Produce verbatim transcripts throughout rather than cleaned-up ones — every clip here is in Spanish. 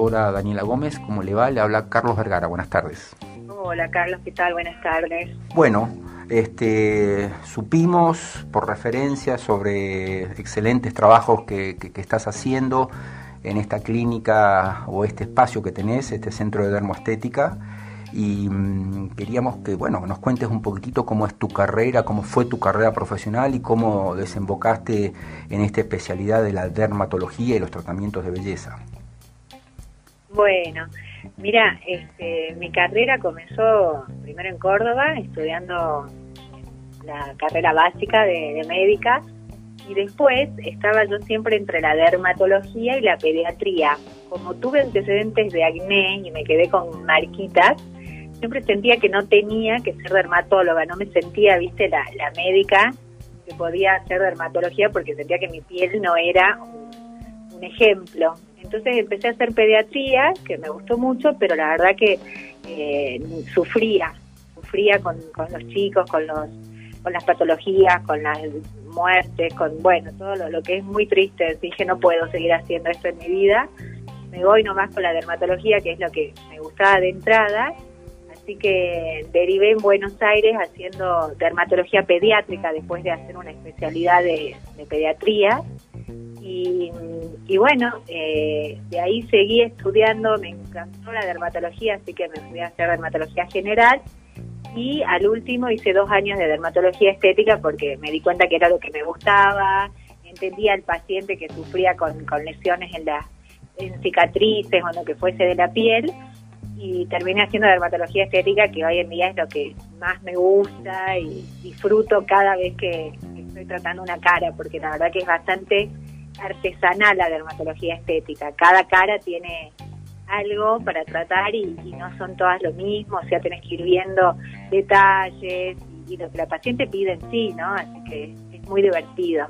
doctora Daniela Gómez. ¿Cómo le va? Le habla Carlos Vergara. Buenas tardes. Hola Carlos, ¿qué tal? Buenas tardes. Bueno, este, supimos por referencia sobre excelentes trabajos que, que, que estás haciendo en esta clínica o este espacio que tenés, este centro de dermoestética, y mmm, queríamos que, bueno, nos cuentes un poquitito cómo es tu carrera, cómo fue tu carrera profesional y cómo desembocaste en esta especialidad de la dermatología y los tratamientos de belleza. Bueno, mira, este, mi carrera comenzó primero en Córdoba, estudiando la carrera básica de, de médica, y después estaba yo siempre entre la dermatología y la pediatría. Como tuve antecedentes de acné y me quedé con marquitas, siempre sentía que no tenía que ser dermatóloga, no me sentía, viste, la, la médica que podía hacer dermatología porque sentía que mi piel no era un, un ejemplo. Entonces empecé a hacer pediatría, que me gustó mucho, pero la verdad que eh, sufría, sufría con, con los chicos, con los con las patologías, con las muertes, con, bueno, todo lo, lo que es muy triste. Dije, no puedo seguir haciendo esto en mi vida, me voy nomás con la dermatología, que es lo que me gustaba de entrada. Así que derivé en Buenos Aires haciendo dermatología pediátrica después de hacer una especialidad de, de pediatría. Y, y bueno, eh, de ahí seguí estudiando, me encantó la dermatología, así que me fui a hacer dermatología general. Y al último hice dos años de dermatología estética porque me di cuenta que era lo que me gustaba, entendía al paciente que sufría con, con lesiones en, la, en cicatrices o en lo que fuese de la piel. Y terminé haciendo dermatología estética, que hoy en día es lo que más me gusta y disfruto cada vez que estoy tratando una cara, porque la verdad que es bastante artesanal la dermatología estética. Cada cara tiene algo para tratar y, y no son todas lo mismo, o sea, tenés que ir viendo detalles y, y lo que la paciente pide en sí, ¿no? Así que es muy divertido.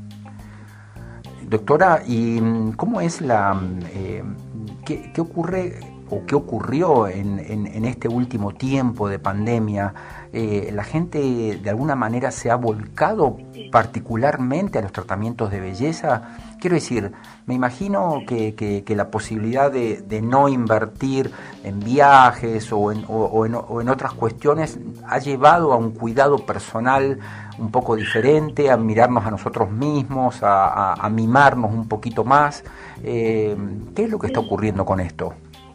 Doctora, ¿y cómo es la... Eh, qué, qué ocurre... o qué ocurrió en, en, en este último tiempo de pandemia? Eh, ¿La gente de alguna manera se ha volcado particularmente a los tratamientos de belleza? Quiero decir, me imagino que, que, que la posibilidad de, de no invertir en viajes o en, o, o, en, o en otras cuestiones ha llevado a un cuidado personal un poco diferente, a mirarnos a nosotros mismos, a, a, a mimarnos un poquito más. Eh, ¿Qué es lo que está ocurriendo con esto?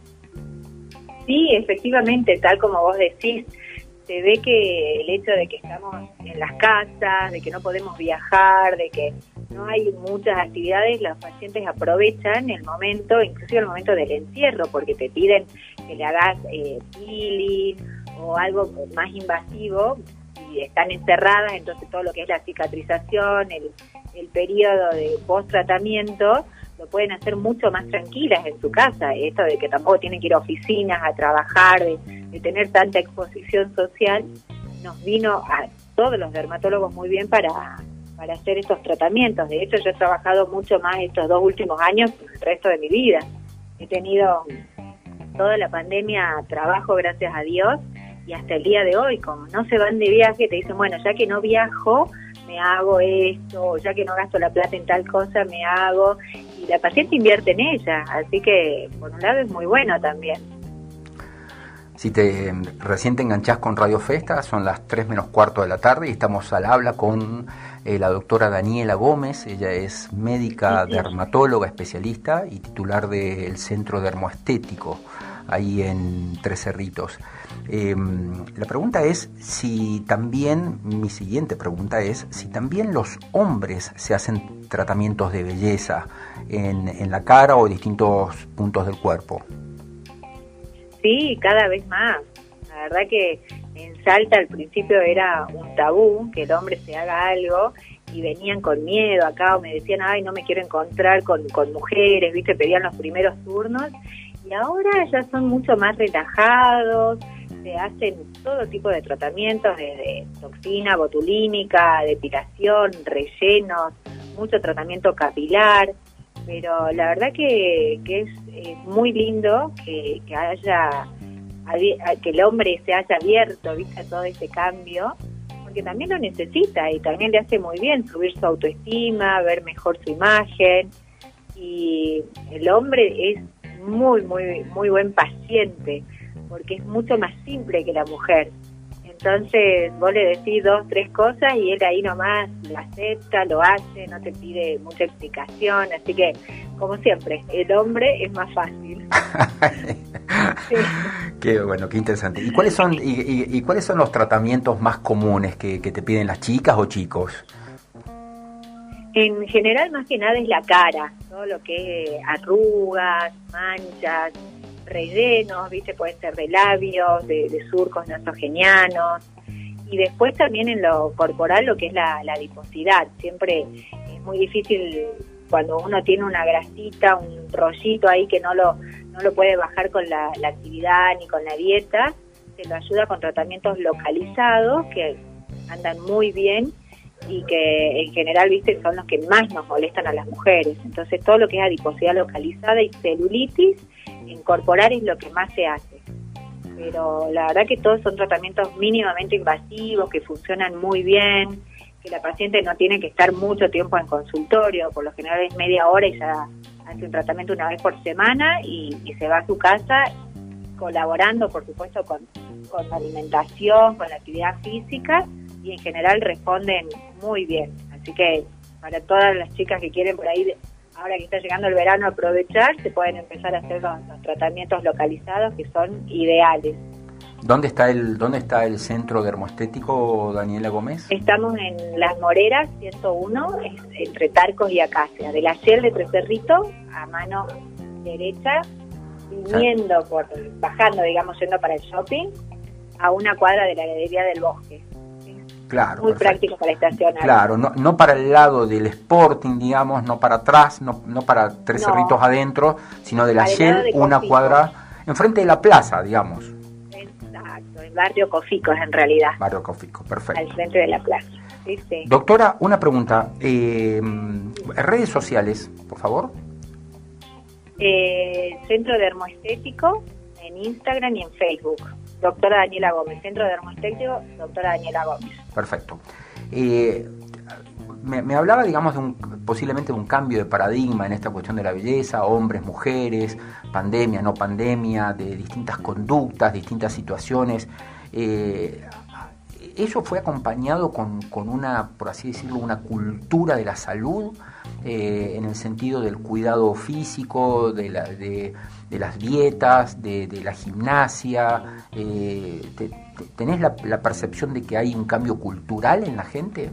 Sí, efectivamente, tal como vos decís, se ve que el hecho de que estamos en las casas, de que no podemos viajar, de que no hay muchas actividades, los pacientes aprovechan el momento, inclusive el momento del encierro, porque te piden que le hagas eh, peeling o algo más invasivo y están encerradas, entonces todo lo que es la cicatrización, el, el periodo de post-tratamiento, lo pueden hacer mucho más tranquilas en su casa. Esto de que tampoco tienen que ir a oficinas a trabajar, de, de tener tanta exposición social, nos vino a todos los dermatólogos muy bien para, para hacer estos tratamientos. De hecho, yo he trabajado mucho más estos dos últimos años que el resto de mi vida. He tenido toda la pandemia trabajo, gracias a Dios, y hasta el día de hoy, como no se van de viaje, te dicen, bueno, ya que no viajo, me hago esto, o ya que no gasto la plata en tal cosa, me hago, y la paciente invierte en ella, así que por un lado es muy bueno también. Si te recién te enganchás con Radio Festa, son las tres menos cuarto de la tarde y estamos al habla con eh, la doctora Daniela Gómez. Ella es médica, sí, sí. dermatóloga, especialista y titular del Centro Dermoestético, ahí en Tres Cerritos. Eh, la pregunta es si también, mi siguiente pregunta es, si también los hombres se hacen tratamientos de belleza en, en la cara o distintos puntos del cuerpo. Sí, cada vez más. La verdad que en Salta al principio era un tabú que el hombre se haga algo y venían con miedo acá o me decían, ay, no me quiero encontrar con, con mujeres, viste, pedían los primeros turnos y ahora ya son mucho más relajados, se hacen todo tipo de tratamientos, desde toxina botulínica, depilación, rellenos, mucho tratamiento capilar, pero la verdad que, que es, es muy lindo que, que haya que el hombre se haya abierto, viste, a todo ese cambio, porque también lo necesita y también le hace muy bien subir su autoestima, ver mejor su imagen, y el hombre es muy, muy, muy buen paciente, porque es mucho más simple que la mujer. Entonces vos le decís dos, tres cosas y él ahí nomás lo acepta, lo hace, no te pide mucha explicación, así que, como siempre, el hombre es más fácil. Sí. Qué bueno, qué interesante. ¿Y cuáles son, y, y, y cuáles son los tratamientos más comunes que, que te piden las chicas o chicos? En general, más que nada es la cara, todo lo que es arrugas, manchas, rellenos, viste, pueden ser de labios, de, de surcos nasogenianos, y después también en lo corporal lo que es la, la adiposidad. Siempre es muy difícil cuando uno tiene una grasita, un rollito ahí que no lo no lo puede bajar con la, la actividad ni con la dieta, se lo ayuda con tratamientos localizados que andan muy bien y que en general, viste, son los que más nos molestan a las mujeres. Entonces todo lo que es adiposidad localizada y celulitis, incorporar es lo que más se hace. Pero la verdad que todos son tratamientos mínimamente invasivos, que funcionan muy bien, que la paciente no tiene que estar mucho tiempo en consultorio, por lo general es media hora y ya hace un tratamiento una vez por semana y, y se va a su casa, colaborando por supuesto con, con la alimentación, con la actividad física, y en general responden muy bien. Así que para todas las chicas que quieren por ahí, ahora que está llegando el verano, aprovechar, se pueden empezar a hacer los, los tratamientos localizados que son ideales. ¿Dónde está el dónde está el centro dermoestético, Daniela Gómez? Estamos en Las Moreras, ciento uno, es entre Tarcos y Acacia, de la Shell de Tres Cerritos, a mano derecha, viniendo, por bajando, digamos, yendo para el shopping, a una cuadra de la heladería del Bosque. Claro, muy perfecto. práctico para estacionar. Claro, no, no para el lado del Sporting, digamos, no para atrás, no, no para Tres No. Cerritos adentro, sino de la Al lado Shell, de una Cofico. cuadra enfrente de la plaza, digamos. Exacto, el barrio Cofico es en realidad. Barrio Cofico, perfecto. Al frente de la plaza. Sí, sí. Doctora, una pregunta. Eh, redes sociales, por favor. Eh, Centro Dermoestético en Instagram y en Facebook. Doctora Daniela Gómez. Centro Dermoestético, doctora Daniela Gómez. Perfecto. Eh, me, me hablaba, digamos, de un, posiblemente de un cambio de paradigma en esta cuestión de la belleza, hombres, mujeres, pandemia, no pandemia, de distintas conductas, distintas situaciones. Eh, ¿Eso fue acompañado con, con una, por así decirlo, una cultura de la salud, eh, en el sentido del cuidado físico, de, la, de, de las dietas, de, de la gimnasia? Eh, te, te, ¿Tenés la, la percepción de que hay un cambio cultural en la gente?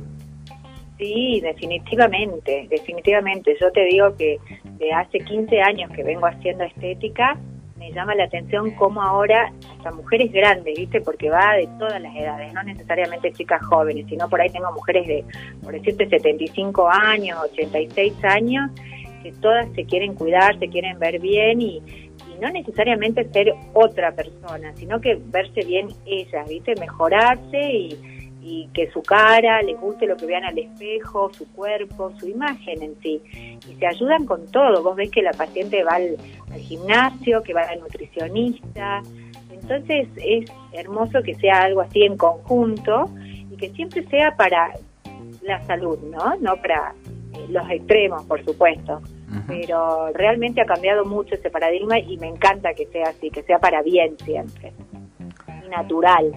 Sí, definitivamente, definitivamente. Yo te digo que de hace quince años que vengo haciendo estética, me llama la atención cómo ahora hasta mujeres grandes, ¿viste? Porque va de todas las edades, no necesariamente chicas jóvenes, sino por ahí tengo mujeres de, por decirte, setenta y cinco años, ochenta y seis años, que todas se quieren cuidar, se quieren ver bien y, y no necesariamente ser otra persona, sino que verse bien ellas, ¿viste? Mejorarse y, y que su cara les guste lo que vean al espejo, su cuerpo, su imagen en sí. Y se ayudan con todo. Vos ves que la paciente va al, al gimnasio, que va al nutricionista. Entonces es hermoso que sea algo así en conjunto y que siempre sea para la salud, ¿no? No para eh, los extremos, por supuesto. Uh-huh. Pero realmente ha cambiado mucho ese paradigma y me encanta que sea así, que sea para bien siempre. Y natural.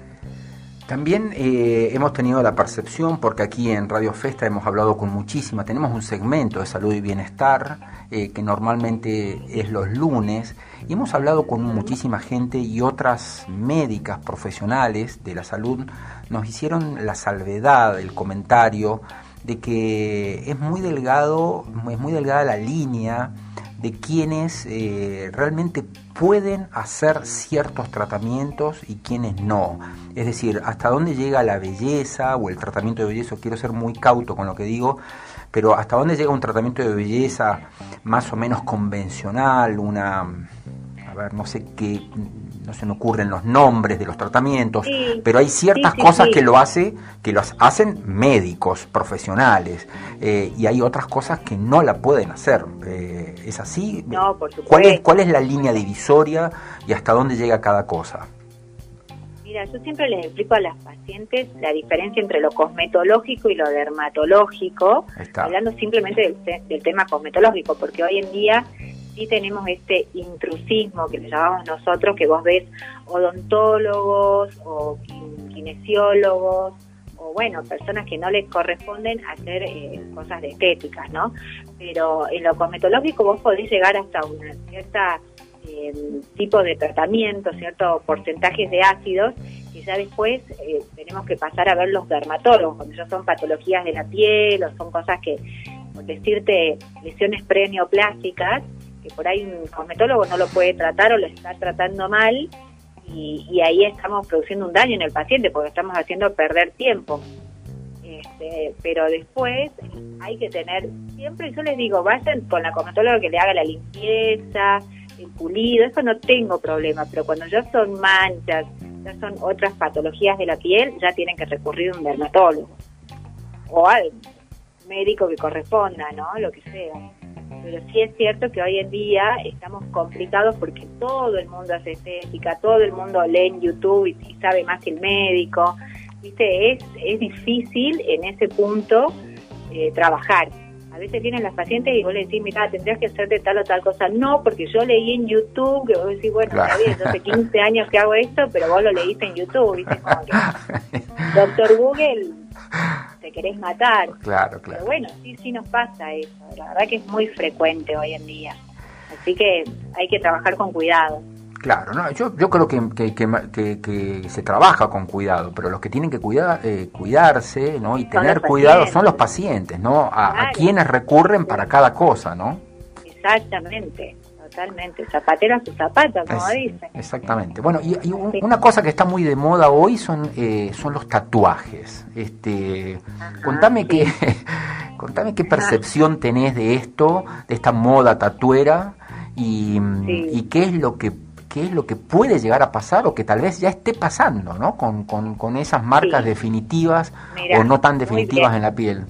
También eh, hemos tenido la percepción, porque aquí en Radio Festa hemos hablado con muchísima, tenemos un segmento de salud y bienestar eh, que normalmente es los lunes, y hemos hablado con muchísima gente y otras médicas profesionales de la salud nos hicieron la salvedad, el comentario de que es muy delgado, es muy delgada la línea de quienes eh, realmente pueden hacer ciertos tratamientos y quienes no. Es decir, hasta dónde llega la belleza o el tratamiento de belleza. Quiero ser muy cauto con lo que digo, pero hasta dónde llega un tratamiento de belleza más o menos convencional, una, a ver, no sé qué, no se me ocurren los nombres de los tratamientos, sí, pero hay ciertas sí, sí, cosas sí. que lo hace, que los hacen médicos profesionales, eh, y hay otras cosas que no la pueden hacer. Eh, ¿Es así? No, por supuesto. ¿Cuál es, cuál es la línea divisoria y hasta dónde llega cada cosa? Mira, yo siempre les explico a las pacientes la diferencia entre lo cosmetológico y lo dermatológico, hablando simplemente del, del tema cosmetológico, porque hoy en día sí tenemos este intrusismo que le llamamos nosotros, que vos ves odontólogos o kinesiólogos, o bueno, personas que no les corresponden hacer eh, cosas de estética, ¿no? Pero en lo cosmetológico vos podés llegar hasta una cierta eh, tipo de tratamiento, ciertos porcentajes de ácidos, que ya después eh, tenemos que pasar a ver los dermatólogos, cuando ya son patologías de la piel o son cosas que, por decirte, lesiones preneoplásticas, que por ahí un cosmetólogo no lo puede tratar o lo está tratando mal, y, y ahí estamos produciendo un daño en el paciente porque estamos haciendo perder tiempo. Este, pero después hay que tener, siempre yo les digo, vayan con la cosmetóloga que le haga la limpieza, el pulido, eso no tengo problema, pero cuando ya son manchas, ya son otras patologías de la piel, ya tienen que recurrir a un dermatólogo o al médico que corresponda, ¿no? Lo que sea. Pero sí es cierto que hoy en día estamos complicados porque todo el mundo hace estética, todo el mundo lee en YouTube y, y sabe más que el médico, ¿viste? Es, es difícil en ese punto eh, trabajar. A veces vienen las pacientes y vos le decís, mira, tendrías que hacerte tal o tal cosa. No, porque yo leí en YouTube, que vos decís, bueno, claro, está bien, yo hace quince años que hago esto, pero vos lo leíste en YouTube, ¿viste? Como que doctor Google, te querés matar. Claro, claro. Pero bueno, sí, sí nos pasa eso. La verdad que es muy frecuente hoy en día. Así que hay que trabajar con cuidado. Claro, no, yo, yo creo que, que, que, que, que se trabaja con cuidado, pero los que tienen que cuidar, eh, cuidarse, ¿no? Y tener cuidado son los pacientes, ¿no? A, claro. a quienes recurren para cada cosa, ¿no? Exactamente, totalmente. Zapatero a su zapato, como es, dicen. Exactamente. Bueno, y, y un, sí. una cosa que está muy de moda hoy son eh, son los tatuajes. Este, Ajá, contame sí. qué, contame qué percepción Ajá. tenés de esto, de esta moda tatuera y, sí. y qué es lo que qué es lo que puede llegar a pasar o que tal vez ya esté pasando, ¿no? Con, con, con esas marcas sí. definitivas Mirá, o no tan definitivas en la piel.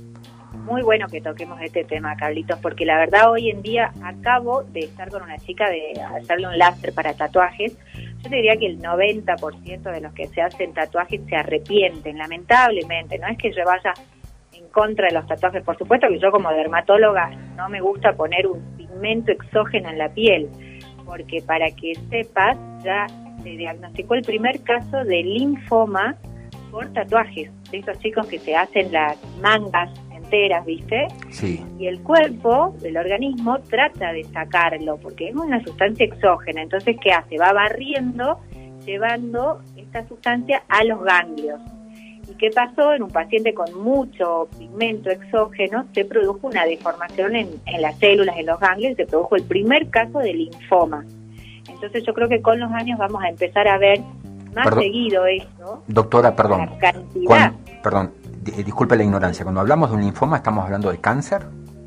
Muy bueno que toquemos este tema, Carlitos, porque la verdad hoy en día acabo de estar con una chica de hacerle un láser para tatuajes. Yo te diría que el noventa por ciento de los que se hacen tatuajes se arrepienten, lamentablemente. No es que yo vaya en contra de los tatuajes, por supuesto que yo como dermatóloga no me gusta poner un pigmento exógeno en la piel, porque para que sepas, ya se diagnosticó el primer caso de linfoma por tatuajes, de esos chicos que se hacen las mangas enteras, ¿viste? Sí. Y el cuerpo, el organismo, trata de sacarlo, porque es una sustancia exógena, entonces, ¿qué hace? Va barriendo, llevando esta sustancia a los ganglios. ¿Y qué pasó? En un paciente con mucho pigmento exógeno se produjo una deformación en, en las células, en los ganglios, y se produjo el primer caso de linfoma. Entonces yo creo que con los años vamos a empezar a ver más perdón, seguido eso. Doctora, perdón. La cantidad. Cuando, perdón, d- disculpe la ignorancia. Cuando hablamos de un linfoma, ¿estamos hablando de cáncer?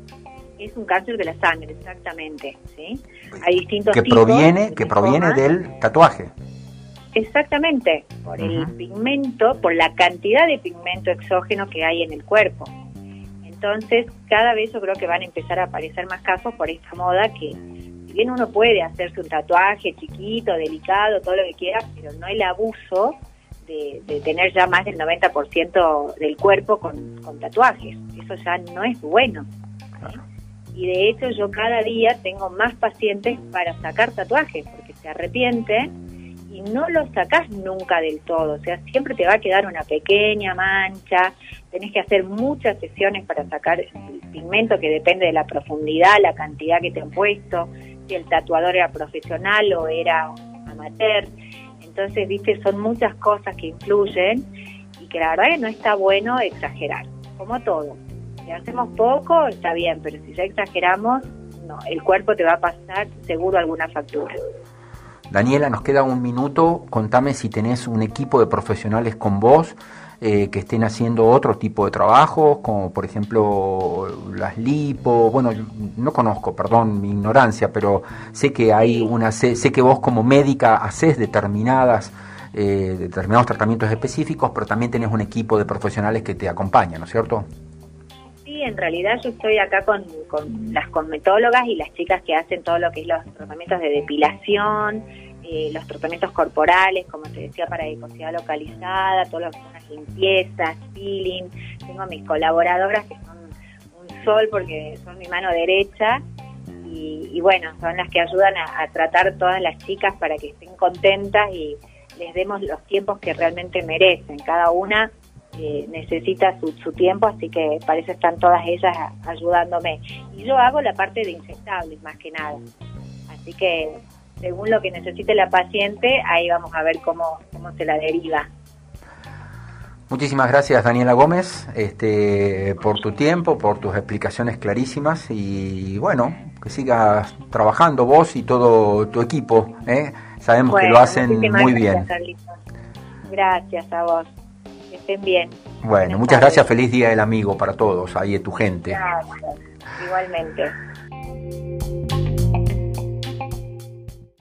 Es un cáncer de la sangre, exactamente, ¿sí? Hay distintos que tipos proviene de que proviene del tatuaje. Exactamente, por uh-huh. el pigmento, por la cantidad de pigmento exógeno que hay en el cuerpo. Entonces, cada vez yo creo que van a empezar a aparecer más casos por esta moda que, si bien uno puede hacerse un tatuaje chiquito, delicado, todo lo que quiera, pero no el abuso de, de tener ya más del noventa por ciento del cuerpo con, con tatuajes. Eso ya no es bueno. Claro. Y de hecho yo cada día tengo más pacientes para sacar tatuajes, porque se arrepienten y no lo sacás nunca del todo, o sea, siempre te va a quedar una pequeña mancha, tenés que hacer muchas sesiones para sacar el pigmento, que depende de la profundidad, la cantidad que te han puesto, si el tatuador era profesional o era amateur. Entonces, viste, son muchas cosas que influyen y que la verdad que no está bueno exagerar, como todo. Si hacemos poco, está bien, pero si ya exageramos, no, el cuerpo te va a pasar seguro alguna factura. Daniela, nos queda un minuto. Contame si tenés un equipo de profesionales con vos eh, que estén haciendo otro tipo de trabajos, como por ejemplo las lipo. Bueno, no conozco, perdón mi ignorancia, pero sé que hay una, sé, sé que vos como médica hacés determinadas eh, determinados tratamientos específicos, pero también tenés un equipo de profesionales que te acompañan, ¿no es cierto? Sí, en realidad yo estoy acá con, con las cosmetólogas y las chicas que hacen todo lo que es los tratamientos de depilación, eh, los tratamientos corporales, como te decía, para adiposidad localizada, todo lo que son las limpiezas, peeling. Tengo a mis colaboradoras que son un sol porque son mi mano derecha y, y bueno, son las que ayudan a, a tratar todas las chicas para que estén contentas y les demos los tiempos que realmente merecen. Cada una eh, necesita su, su tiempo, así que para eso están todas ellas ayudándome. Y yo hago la parte de inyectables más que nada. Así que según lo que necesite la paciente, ahí vamos a ver cómo, cómo se la deriva. Muchísimas gracias, Daniela Gómez, este, por tu tiempo, por tus explicaciones clarísimas y bueno, que sigas trabajando vos y todo tu equipo, ¿eh? Sabemos bueno, que lo hacen muy bien. Carlitos. Gracias a vos, que estén bien. Bueno, Buenas muchas tardes. Gracias, feliz Día del Amigo para todos, ahí de tu gente. Gracias, igualmente.